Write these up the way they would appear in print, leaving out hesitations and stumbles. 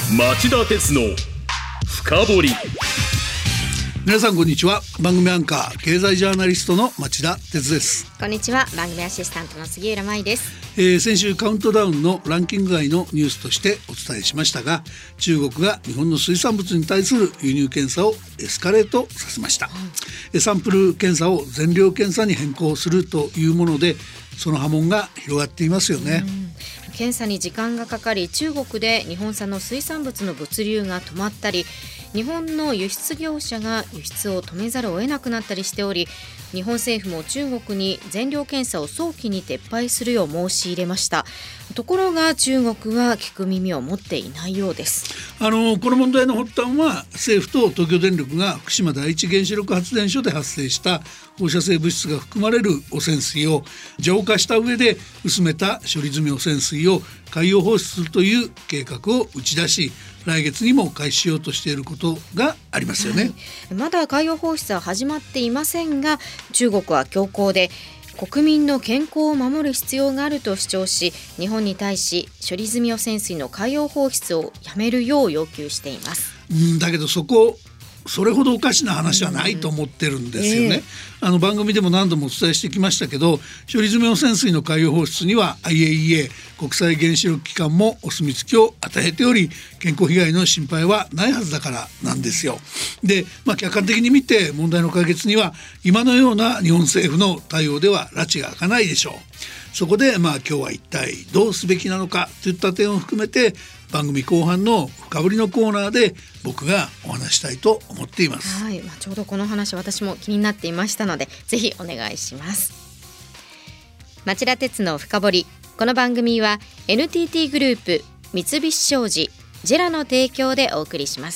町田鉄の深掘り。 皆さんこんにちは。番組アンカー経済ジャーナリストの町田鉄です。 こんにちは。番組アシスタントの杉浦舞です。 先週カウントダウンのランキング外のニュースとしてお伝えしましたが、中国が日本の水産物に対する輸入検査をエスカレートさせました。サンプル検査を全量検査に変更するというもので、その波紋が広がっていますよね。 検査に時間がかかり、中国で日本産の水産物の物流が止まったり、日本の輸出業者が輸出を止めざるを得なくなったりしており、日本政府も中国に全量検査を早期に撤廃するよう申し入れました。ところが中国は聞く耳を持っていないようです。 この問題の発端は、政府と東京電力が福島第一原子力発電所で発生した放射性物質が含まれる汚染水を浄化した上で薄めた処理済み汚染水を海洋放出するという計画を打ち出し、来月にも開始しようとしていることがありますよね。 まだ海洋放出は始まっていませんが、中国は強硬で国民の健康を守る必要があると主張し、日本に対し処理済み汚染水の海洋放出をやめるよう要求しています。 だけどそれほどおかしな話はないと思ってるんですよね。番組でも何度もお伝えしてきましたけど、処理済み汚染水の海洋放出には IAEA 国際原子力機関もお墨付きを与えており、健康被害の心配はないはずだからなんですよ。で、客観的に見て問題の解決には今のような日本政府の対応では埒が明かないでしょう。そこで今日は一体どうすべきなのかといった点を含めて、番組後半の深掘りのコーナーで僕がお話したいと思っています。 ちょうどこの話私も気になっていましたので、ぜひお願いします。町田鉄の深掘り。この番組は NTT グループ、三菱商事、ジェラの提供でお送りします。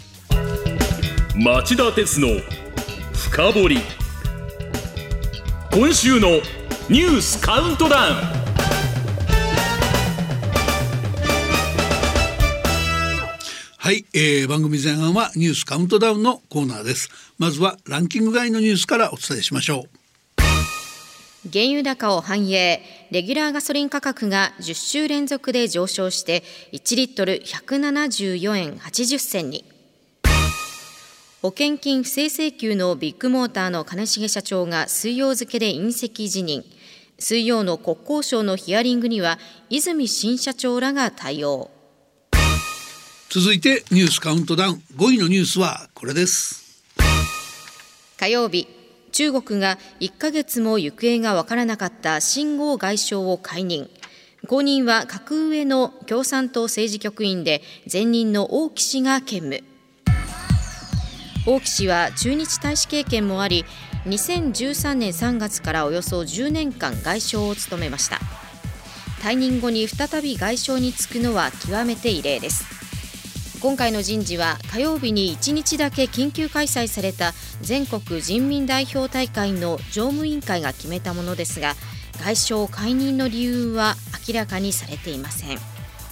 町田鉄の深掘り。今週のニュースカウントダウン。 はい、番組前半はニュースカウントダウンのコーナーです。まずはランキング外のニュースからお伝えしましょう。 原油高を反映、レギュラーガソリン価格が10週連続で上昇して1リットル174円80銭に。保険金不正請求のビッグモーターの兼重社長が水曜付で引責辞任。水曜の国交省のヒアリングには泉新社長らが対応。 続いてニュースカウントダウン5位のニュースはこれです。 火曜日、中国が1ヶ月も行方がわからなかった秦剛外相を解任。後任は格上の共産党政治局員で前任の王毅氏が兼務。王毅氏は駐日大使経験もあり、2013年3月からおよそ10年間外相を務めました。退任後に再び外相に就くのは極めて異例です。今回の人事は火曜日に1日だけ緊急開催された全国人民代表大会の常務委員会が決めたものですが、外相解任の理由は明らかにされていません。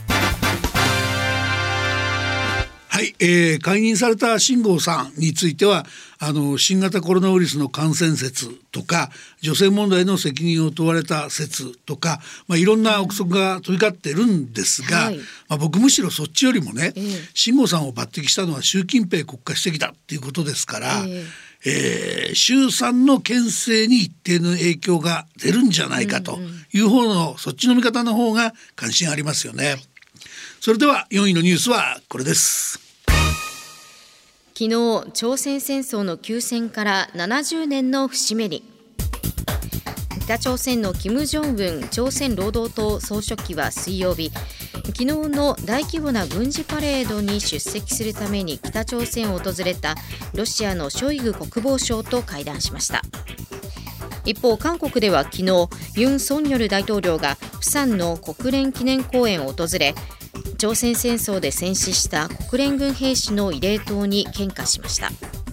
はい、解任された秦剛さんについては新型コロナウイルスの感染説とか女性問題の責任を問われた説とか、いろんな憶測が飛び交ってるんですが、僕むしろそっちよりもね、秦剛さんを抜擢したのは習近平国家主席だっていうことですから、習さんの憲政に一定の影響が出るんじゃないかという方の、そっちの見方の方が関心ありますよね。それでは4位のニュースはこれです。 昨日、朝鮮戦争の休戦から70年の節目に。北朝鮮の金正恩朝鮮労働党総書記は水曜日、昨日の大規模な軍事パレードに出席するために北朝鮮を訪れたロシアのショイグ国防相と会談しました。一方、韓国では昨日、ユン・ソンニョル大統領が釜山の国連記念公園を訪れ、朝鮮戦争で戦死した国連軍兵士の慰霊塔に献花しました。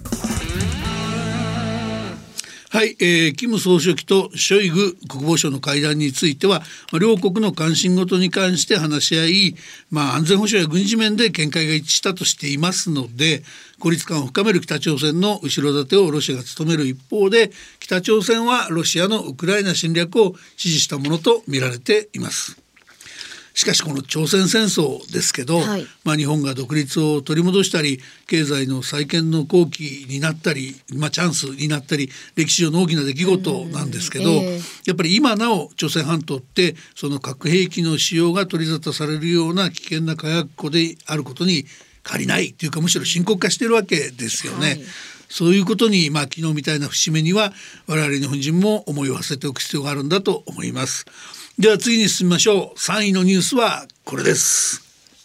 はい、金総書記とショイグ国防相の会談については、両国の関心事に関して話し合い、安全保障や軍事面で見解が一致したとしていますので、孤立感を深める北朝鮮の後ろ盾をロシアが務める一方で、北朝鮮はロシアのウクライナ侵略を支持したものと見られています。 しかしこの朝鮮戦争ですけど、 はい、 日本が独立を取り戻したり経済の再建の好機になったり、チャンスになったり歴史上の大きな出来事なんですけど、やっぱり今なお朝鮮半島ってその核兵器の使用が取り沙汰されるような危険な火薬庫であることに変わりないというか、むしろ深刻化しているわけですよね。はい、そういうことに、昨日みたいな節目には我々日本人も思いを馳せておく必要があるんだと思います。では次に進みましょう。3位のニュースはこれです。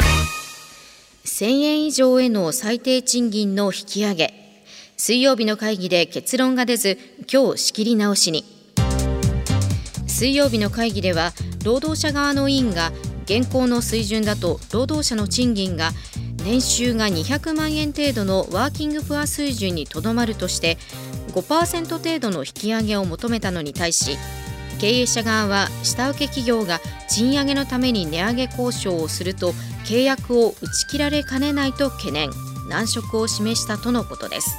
1000円以上への最低賃金の引き上げ、水曜日の会議で結論が出ず今日仕切り直しに。水曜日の会議では労働者側の委員が現行の水準だと労働者の賃金が年収が200万円程度のワーキングプア水準にとどまるとして 5% 程度の引き上げを求めたのに対し、経営者側は下請け企業が賃上げのために値上げ交渉をすると契約を打ち切られかねないと懸念、難色を示したとのことです。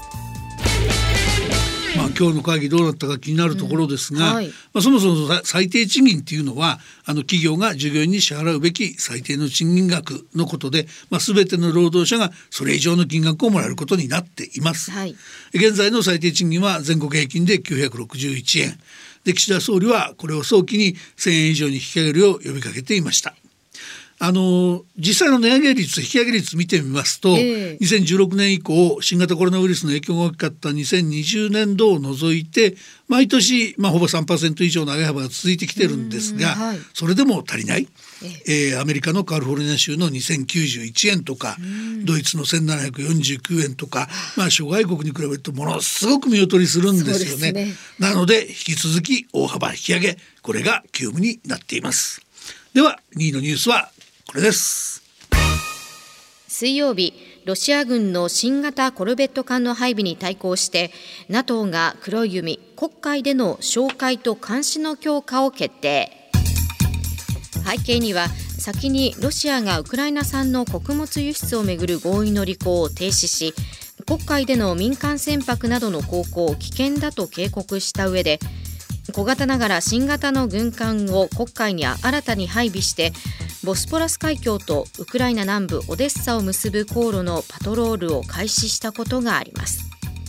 今日の会議どうなったか気になるところですが、そもそも最低賃金っていうのは企業が従業員に支払うべき最低の賃金額のことで、全ての労働者がそれ以上の金額をもらえることになっています。はい、現在の最低賃金は全国平均で961円で、岸田総理はこれを早期に1000円以上に引き上げるよう呼びかけていました。実際の値上げ率引き上げ率見てみますと、2016年以降新型コロナウイルスの影響が大きかった2020年度を除いて毎年、ほぼ 3% 以上の上げ幅が続いてきてるんですが、それでも足りない。アメリカのカリフォルニア州の2091円とか、ドイツの1749円とか、諸外国に比べるとものすごく見劣りするんですよね。なので引き続き大幅引き上げ、これが急務になっています。では2位のニュースはこれです。 水曜日、ロシア軍の新型コルベット艦の配備に対抗して NATO が黒い海、黒海での哨戒と監視の強化を決定。背景には先にロシアがウクライナ産の穀物輸出をめぐる合意の履行を停止し、黒海での民間船舶などの航行を危険だと警告した上で、小型ながら新型の軍艦を黒海に新たに配備してボスポラス海峡とウクライナ南部オデッサを結ぶ航路のパトロールを開始したことがあります。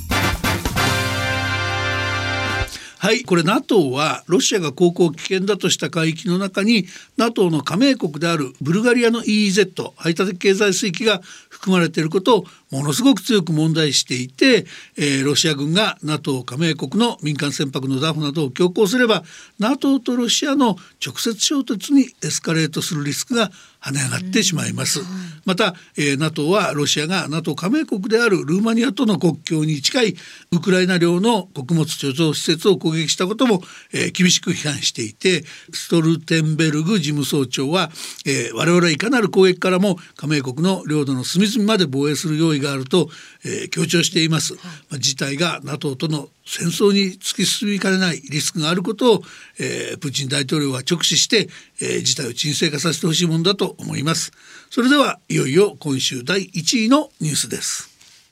はい、これ NATO はロシアが航行危険だとした海域の中に NATO の加盟国であるブルガリアの EEZ 排他的経済水域が含まれていることをものすごく強く問題していて、ロシア軍が NATO 加盟国の民間船舶の拿捕などを強行すれば NATO とロシアの直接衝突にエスカレートするリスクが跳ね上がってしまいます。また、NATO はロシアが NATO 加盟国であるルーマニアとの国境に近いウクライナ領の穀物貯蔵施設を攻撃したことも、厳しく批判していて、ストルテンベルグ事務総長は、我々はいかなる攻撃からも加盟国の領土の隅々まで防衛する用意があると、強調しています。事態が NATO との戦争に突き進みかねないリスクがあることを、プーチン大統領は直視して、事態を沈静化させてほしいものだと思います。それではいよいよ今週第1位のニュースです。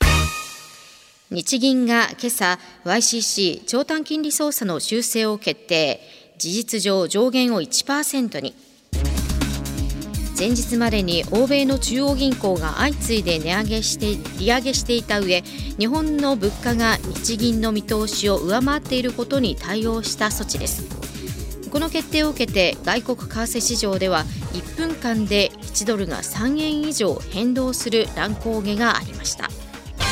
日銀が今朝 YCC 長短金利操作の修正を決定。事実上上限を 1% に。前日までに欧米の中央銀行が相次いで利上げしていた上、日本の物価が日銀の見通しを上回っていることに対応した措置です。この決定を受けて外国為替市場では1分間で1ドルが3円以上変動する乱高下がありました。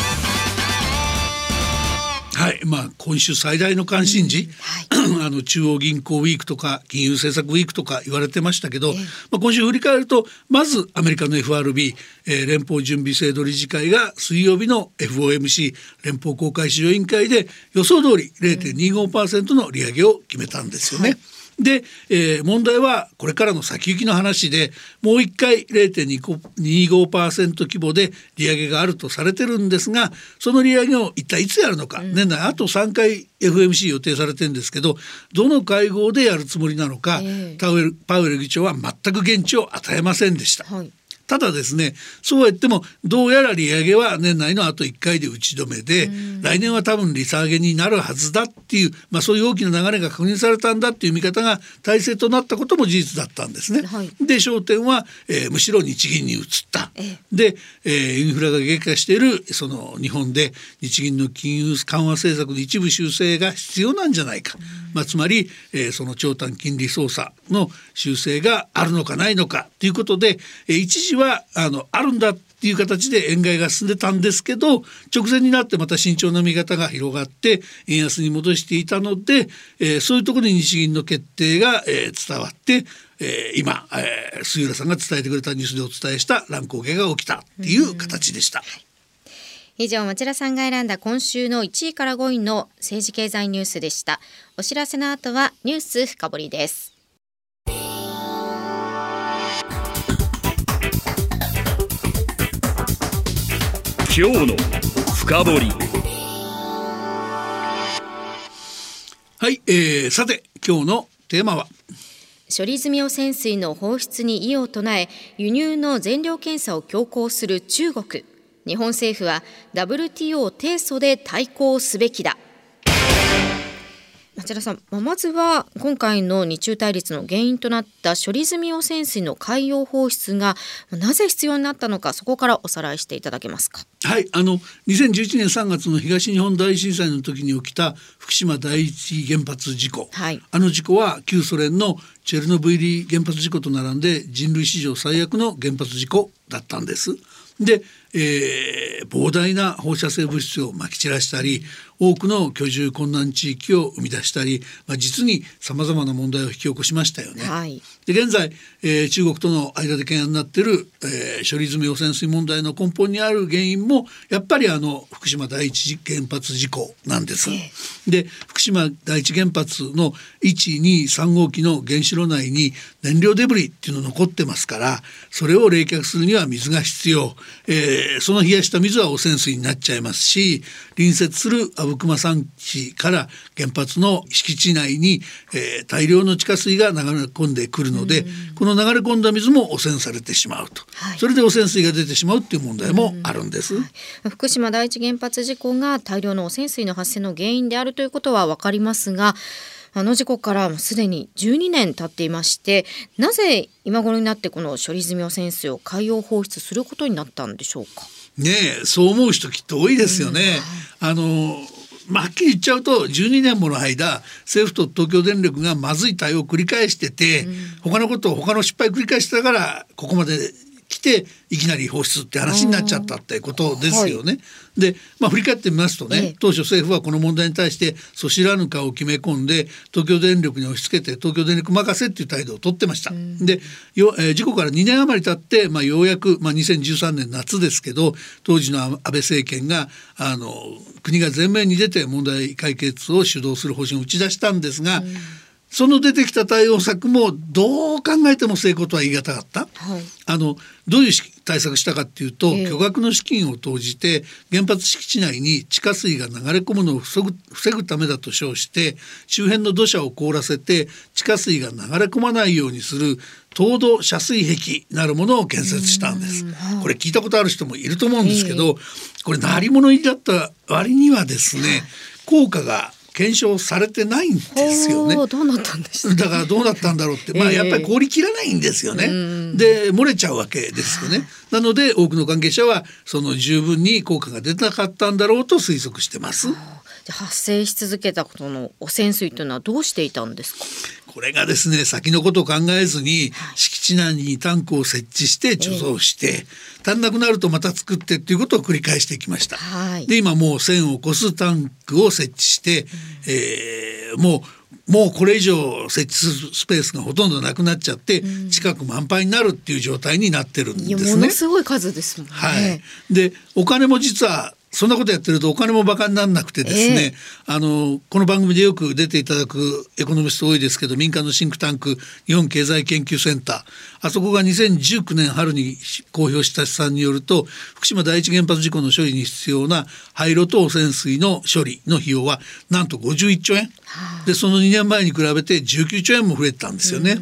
はい、今週最大の関心事、中央銀行ウィークとか金融政策ウィークとか言われてましたけど、今週振り返るとまずアメリカの FRB、連邦準備制度理事会が水曜日の FOMC 連邦公開市場委員会で予想通り 0.25% の利上げを決めたんですよね。で、問題はこれからの先行きの話で、もう一回 0.25% 規模で利上げがあるとされてるんですが、その利上げを一体いつやるのか、年内あと3回 FOMC 予定されてるんですけど、どの会合でやるつもりなのか、パウエル議長は全く言質を与えませんでした。 ただですね、そうは言ってもどうやら利上げは年内のあと1回で打ち止めで、来年は多分利下げになるはずだっていう、そういう大きな流れが確認されたんだっていう見方が大勢となったことも事実だったんですね、はい、で焦点は、むしろ日銀に移った、で、インフラが激化しているその日本で日銀の金融緩和政策の一部修正が必要なんじゃないか、つまり、その長短金利操作の修正があるのかないのかということで、一時はあるんだっていう形で円買いが進んでたんですけど、直前になってまた慎重な見方が広がって円安に戻していたので、そういうところに日銀の決定が、伝わって、今、杉浦さんが伝えてくれたニュースでお伝えした乱高下が起きたっていう形でした。 以上、町田さんが選んだ今週の1位から5位の政治経済ニュースでした。お知らせの後はニュース深掘りです。 今日の深掘り。 はい、さて今日のテーマは処理済み汚染水の放出に異を唱え輸入の全量検査を強行する中国。日本政府は WTO 提訴で対抗すべきだ。町田さん、まずは今回の日中対立の原因となった処理済み汚染水の海洋放出がなぜ必要になったのか、そこからおさらいしていただけますか。 はい、2011年3月の東日本大震災の時に起きた福島第一原発事故、はい、事故は旧ソ連のチェルノブイリ原発事故と並んで人類史上最悪の原発事故だったんです。で、膨大な放射性物質をまき散らしたり、多くの居住困難地域を生み出したり、実にさまざまな問題を引き起こしましたよね、はい、で現在、中国との間で懸案になっている、処理済み汚染水問題の根本にある原因もやっぱり福島第一原発事故なんです、で福島第一原発の1、2、3号機の原子炉内に燃料デブリっていうの残ってますから、それを冷却するには水が必要、その冷やした水は汚染水になっちゃいますし、隣接する阿武隈山地から原発の敷地内に、大量の地下水が流れ込んでくるので、この流れ込んだ水も汚染されてしまうと、はい、それで汚染水が出てしまうっていう問題もあるんです、はい、 福島第一原発事故が大量の汚染水の発生の原因であるということは分かりますが、事故からすでに12年経っていまして、なぜ今頃になってこの処理済み汚染水を海洋放出することになったんでしょうか。 ねえ、そう思う人きっと多いですよね、はっきり言っちゃうと12年もの間政府と東京電力がまずい対応を繰り返してて、他の失敗を繰り返してたからここまで来ていきなり放出って話になっちゃったってことですよね、はい、で、振り返ってみますとね、当初政府はこの問題に対してそしらぬかを決め込んで東京電力に押し付けて東京電力任せっていう態度を取ってました、で事故から2年余り経って、ようやく、2013年夏ですけど、当時の安倍政権が国が前面に出て問題解決を主導する方針を打ち出したんですが、その出てきた対応策もどう考えても成功とは言い難かった、はい、どういう対策したかっていうと、巨額の資金を投じて原発敷地内に地下水が流れ込むのを防ぐためだと称して周辺の土砂を凍らせて地下水が流れ込まないようにする凍土遮水壁なるものを建設したんです。これ聞いたことある人もいると思うんですけど、これ鳴り物入りだった割にはですね、効果が検証されてないんですよね。 どうなったんですか。 だからどうなったんだろうって、やっぱり凍りきらないんですよね、で漏れちゃうわけですよね。なので多くの関係者はその十分に効果が出なかったんだろうと推測してます。 発生し続けたことの汚染水というのはどうしていたんですか。 これがですね、先のことを考えずに敷地内にタンクを設置して貯蔵して、足んなくなるとまた作ってっていうことを繰り返してきました、で今もう1000を超すタンクを設置して、もうこれ以上設置するスペースがほとんどなくなっちゃって、近く満杯になるっていう状態になってるんですね。 ものすごい数ですもんね、 はい、でお金も実はそんなことやってるとお金もバカにならなくてですね、この番組でよく出ていただくエコノミスト多いですけど、民間のシンクタンク日本経済研究センター、あそこが2019年春に公表した試算によると、福島第一原発事故の処理に必要な廃炉と汚染水の処理の費用はなんと51兆円で、その2年前に比べて19兆円も増えたんですよね。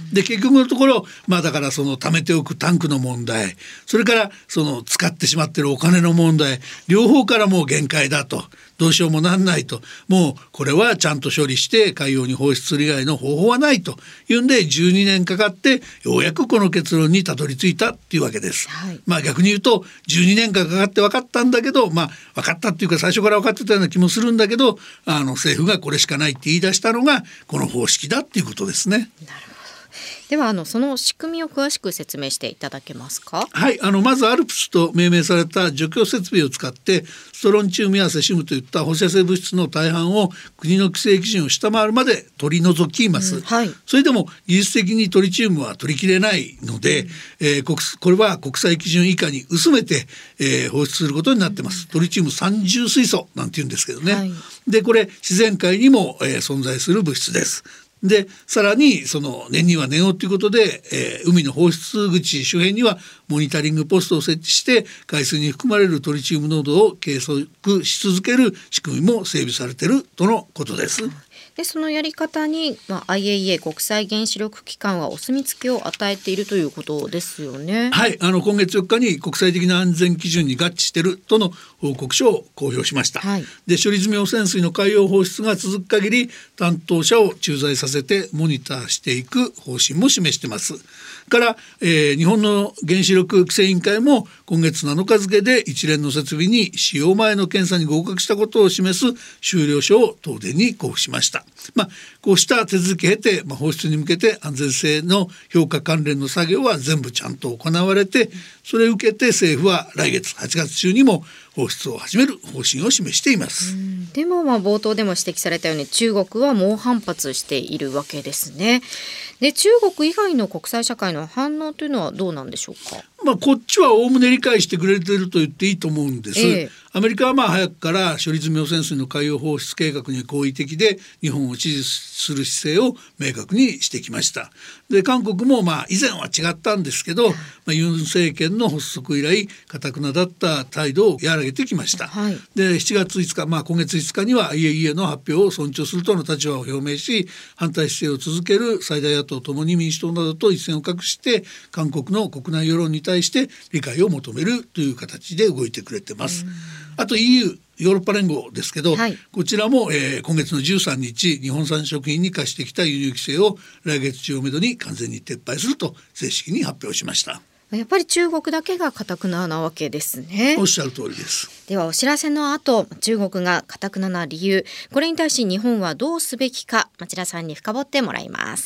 で結局のところ、だからその貯めておくタンクの問題、それからその使ってしまっているお金の問題、両方からもう限界だと、どうしようもなんないと、もうこれはちゃんと処理して海洋に放出する以外の方法はないというんで12年かかってようやくこの結論にたどり着いたっていうわけです、逆に言うと12年間かかって分かったんだけど、分かったっていうか最初から分かってたような気もするんだけど、政府がこれしかないって言い出したのがこの方式だっていうことですね。 なるほど。ではその仕組みを詳しく説明していただけますか。 はい、まずアルプスと命名された除去設備を使ってストロンチウムやセシウムといった放射性物質の大半を国の規制基準を下回るまで取り除きます、それでも技術的にトリチウムは取りきれないので、これは国際基準以下に薄めて、放出することになってます。トリチウム三重水素なんて言うんですけどね、でこれ自然界にも、存在する物質です。でさらにその念には念をということで、海の放出口周辺にはモニタリングポストを設置して海水に含まれるトリチウム濃度を計測し続ける仕組みも整備されているとのことです。 でそのやり方に、IAEA 国際原子力機関はお墨付きを与えているということですよね。 はい、今月4日に国際的な安全基準に合致しているとの報告書を公表しました、で処理済み汚染水の海洋放出が続く限り担当者を駐在させてモニターしていく方針も示してますから、日本の原子力規制委員会も今月7日付で一連の設備に使用前の検査に合格したことを示す終了書を東電に交付しました。こうした手続きを経て、放出に向けて安全性の評価関連の作業は全部ちゃんと行われて、それを受けて政府は来月8月中にも放出を始める方針を示しています。 でも冒頭でも指摘されたように中国は猛反発しているわけですね。で中国以外の国際社会の反応というのはどうなんでしょうか。 こっちはおおむね理解してくれていると言っていいと思うんです、アメリカは早くから処理済み汚染水の海洋放出計画に好意的で日本を支持する姿勢を明確にしてきました。で韓国も以前は違ったんですけど、ユン政権の発足以来固くなだった態度を和らげてきました、で7月5日、今月5日には IAEA の発表を尊重するとの立場を表明し、反対姿勢を続ける最大野党ともに民主党などと一線を画して韓国の国内世論に対して理解を求めるという形で動いてくれてます。あと EU ヨーロッパ連合ですけど、こちらも、今月の13日日本産食品に課してきた輸入規制を来月中をめどに完全に撤廃すると正式に発表しました。 やっぱり中国だけが堅くなわけですね。 おっしゃる通りです。 ではお知らせの後、中国が堅くな理由、これに対し日本はどうすべきか、町田さんに深掘ってもらいます。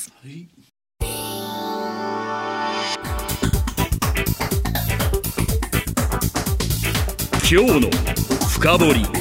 今日の深掘り。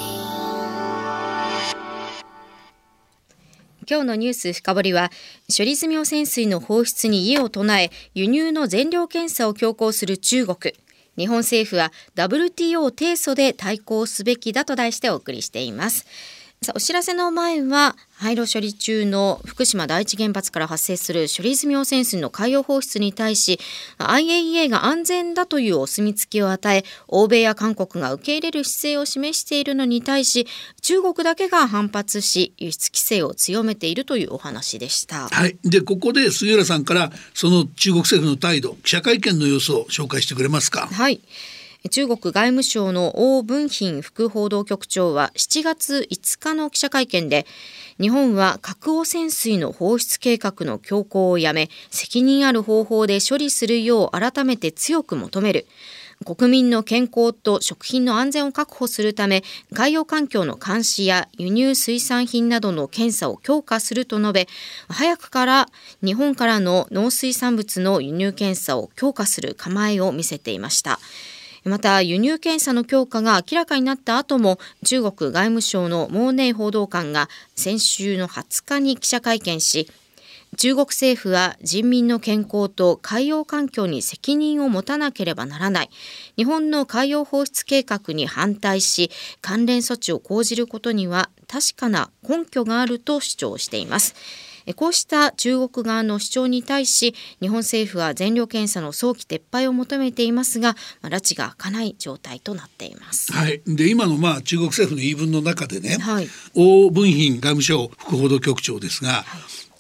今日のニュース深掘りは、処理済み汚染水の放出に異を唱え輸入の全量検査を強行する中国、日本政府は WTO 提訴で対抗すべきだと題してお送りしています。さあ、お知らせの前は廃炉処理中の福島第一原発から発生する処理済み汚染水の海洋放出に対し IAEA が安全だというお墨付きを与え、欧米や韓国が受け入れる姿勢を示しているのに対し、中国だけが反発し輸出規制を強めているというお話でした。 でここで杉浦さんからその中国政府の態度、記者会見の様子を紹介してくれますか。 中国外務省の王文賓副報道局長は7月5日の記者会見で、日本は核汚染水の放出計画の強行をやめ、責任ある方法で処理するよう改めて強く求める。国民の健康と食品の安全を確保するため、海洋環境の監視や輸入水産品などの検査を強化すると述べ、早くから日本からの農水産物の輸入検査を強化する構えを見せていました。また輸入検査の強化が明らかになった後も、中国外務省の毛寧報道官が先週の20日に記者会見し、中国政府は人民の健康と海洋環境に責任を持たなければならない。日本の海洋放出計画に反対し、関連措置を講じることには確かな根拠があると主張しています。こうした中国側の主張に対し、日本政府は全量検査の早期撤廃を求めていますが、拉致が開かない状態となっています。 で今の中国政府の言い分の中でね、王文賓外務省副報道局長ですが、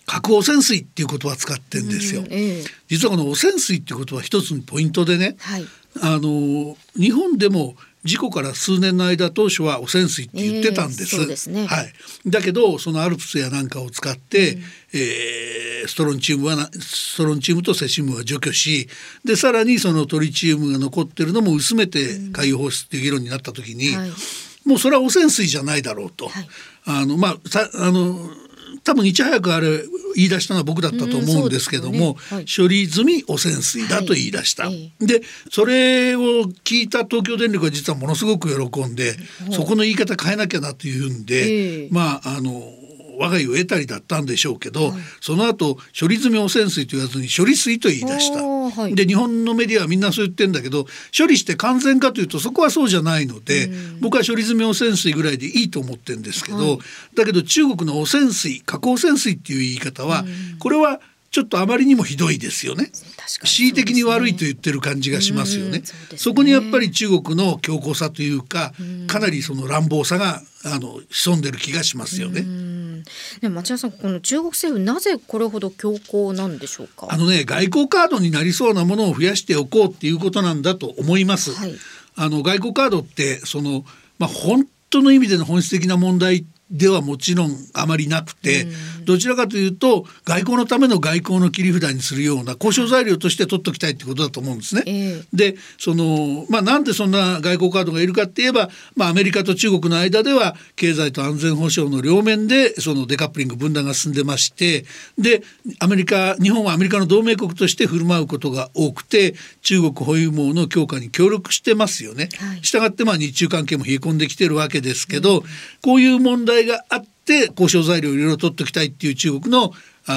核汚染水っていう言葉を使ってるんですよ。実はこの汚染水っていう言葉一つのポイントでね、 はい、 日本でも事故から数年の間当初は汚染水って言ってたんです。 そうですね。 はい、だけどそのアルプスやなんかを使って、ストロンチウムとセシウムは除去し、でさらにそのトリチウムが残ってるのも薄めて海洋放出っていう議論になった時に、もうそれは汚染水じゃないだろうと、多分いち早くあれ言い出したのは僕だったと思うんですけども、処理済み汚染水だと言い出した、でそれを聞いた東京電力は実はものすごく喜んで、そこの言い方変えなきゃなというんで、我が家を得たりだったんでしょうけど、その後処理済み汚染水と言わずに処理水と言い出した。で日本のメディアはみんなそう言ってんだけど、処理して完全かというとそこはそうじゃないので、僕は処理済み汚染水ぐらいでいいと思ってるんですけど、だけど中国の汚染水、核汚染水っていう言い方は、これはちょっとあまりにもひどいですよね。恣意的に悪いと言ってる感じがしますよね。そこにやっぱり中国の強硬さというか、かなりその乱暴さが潜んでる気がしますよね。 でも町田さん、この中国政府なぜこれほど強硬なんでしょうか。 外交カードになりそうなものを増やしておこうっていうことなんだと思います。外交カードって本当の意味での本質的な問題ではもちろんあまりなくて、どちらかというと外交のための外交の切り札にするような交渉材料として取っておきたいってことだと思うんですね。でなんでそんな外交カードがいるかって言えば、アメリカと中国の間では経済と安全保障の両面でそのデカップリング、分断が進んでまして、で日本はアメリカの同盟国として振る舞うことが多くて、中国保有網の強化に協力してますよね。したがって日中関係も冷え込んできてるわけですけど、こういう問題があって交渉材料をいろいろ取っておきたいっていう中国の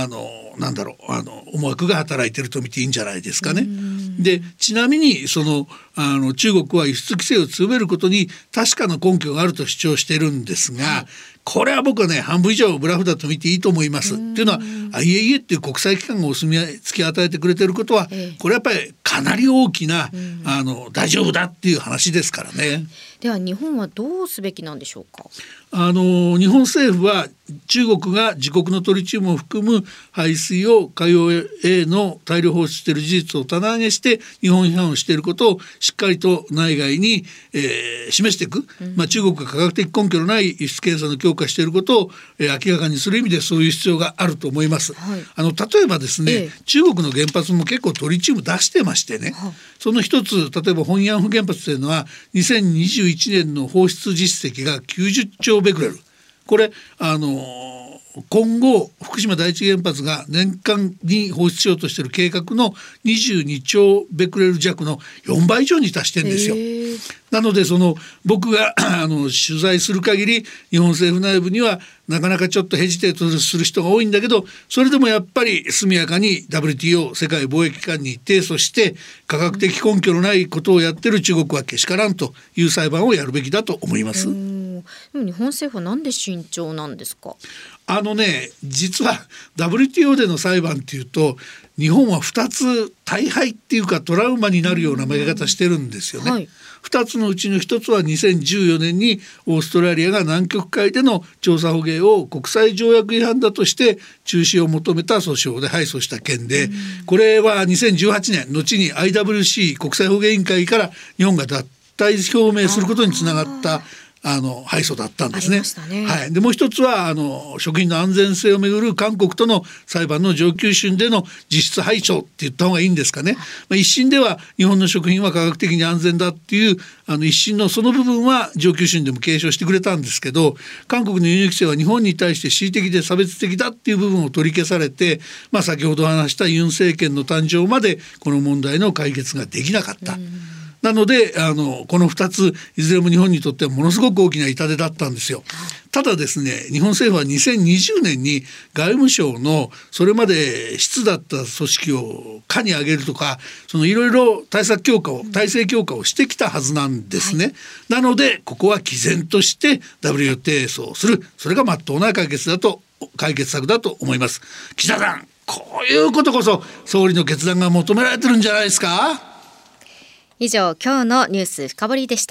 思惑が働いていると見ていいんじゃないですかね。でちなみに中国は輸出規制を強めることに確かな根拠があると主張しているんですが、これは僕はね半分以上ブラフだと見ていいと思います。っていうのは IAEA っていう国際機関がお墨付き与えてくれていることは、これやっぱりかなり大きな大丈夫だっていう話ですからね。 では日本はどうすべきなんでしょうか。 日本政府は中国が自国のトリチウムを含む排水を海洋への大量放出している事実を棚上げして日本批判をしていることをしっかりと内外に、示していく、中国が科学的根拠のない輸出検査の強化していることを、明らかにする意味でそういう必要があると思います。例えばですね、中国の原発も結構トリチウム出してましてね、その一つ例えば本ヤンフ原発というのは2021年の放出実績が90兆ベクレル。これ今後福島第一原発が年間に放出しようとしている計画の22兆ベクレル弱の4倍以上に達してるんですよ。なので僕が取材する限り日本政府内部にはなかなかちょっとヘジテートする人が多いんだけど、それでもやっぱり速やかに WTO 世界貿易機関に提訴して科学的根拠のないことをやってる中国はけしからんという裁判をやるべきだと思います。 でも日本政府はなんで慎重なんですか。 実は WTO での裁判っていうと日本は2つ大敗っていうかトラウマになるような負け方してるんですよね。2つのうちの1つは2014年にオーストラリアが南極海での調査捕鯨を国際条約違反だとして中止を求めた訴訟で敗訴した件で、これは2018年後に IWC 国際捕鯨委員会から日本が脱退表明することにつながった敗訴だったんですね。でもう一つは食品の安全性をめぐる韓国との裁判の上級審での実質敗訴って言った方がいいんですかね。一審では日本の食品は科学的に安全だっていう一審のその部分は上級審でも継承してくれたんですけど、韓国の輸入規制は日本に対して恣意的で差別的だっていう部分を取り消されて、先ほど話したユン政権の誕生までこの問題の解決ができなかった。なのでこの2ついずれも日本にとってはものすごく大きな痛手だったんですよ。ただですね、日本政府は2020年に外務省のそれまで質だった組織を課に上げるとかいろいろ体制強化をしてきたはずなんですね。なのでここは毅然として WTO 提訴をする、それが真っ当な解決策だと思います。岸田さん、こういうことこそ総理の決断が求められてるんじゃないですか。 以上、今日のニュース深掘りでした。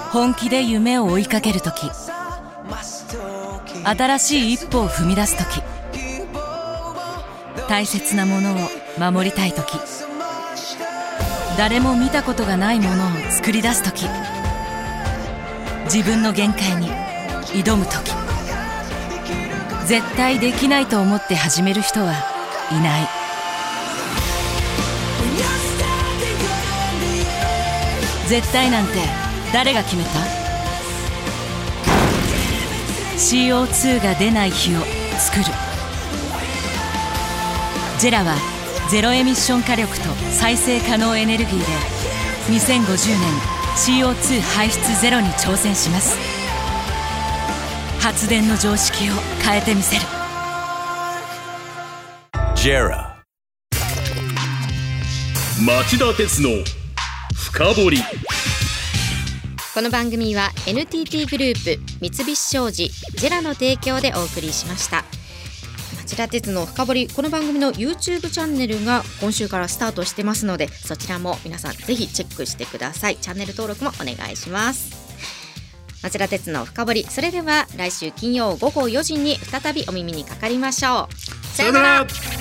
本気で夢を追いかけるとき、新しい一歩を踏み出すとき、大切なものを守りたいとき、誰も見たことがないものを作り出すとき、自分の限界に挑むとき、絶対できないと思って始める人はいない。絶対なんて誰が決めた？ CO2 が出ない日を作る。ジェラはゼロエミッション火力と再生可能エネルギーで2050年 CO2 排出ゼロに挑戦します。発電の常識を変えてみせる。 ジェラ町田鉄の深掘り。 この番組は NTT グループ、三菱商事、ジェラの提供でお送りしました。町田鉄の深掘り、この番組の YouTube チャンネルが今週からスタートしてますので、そちらも皆さんぜひチェックしてください。チャンネル登録もお願いします。町田鉄の深掘り、それでは来週金曜午後4時に再びお耳にかかりましょう。さよなら。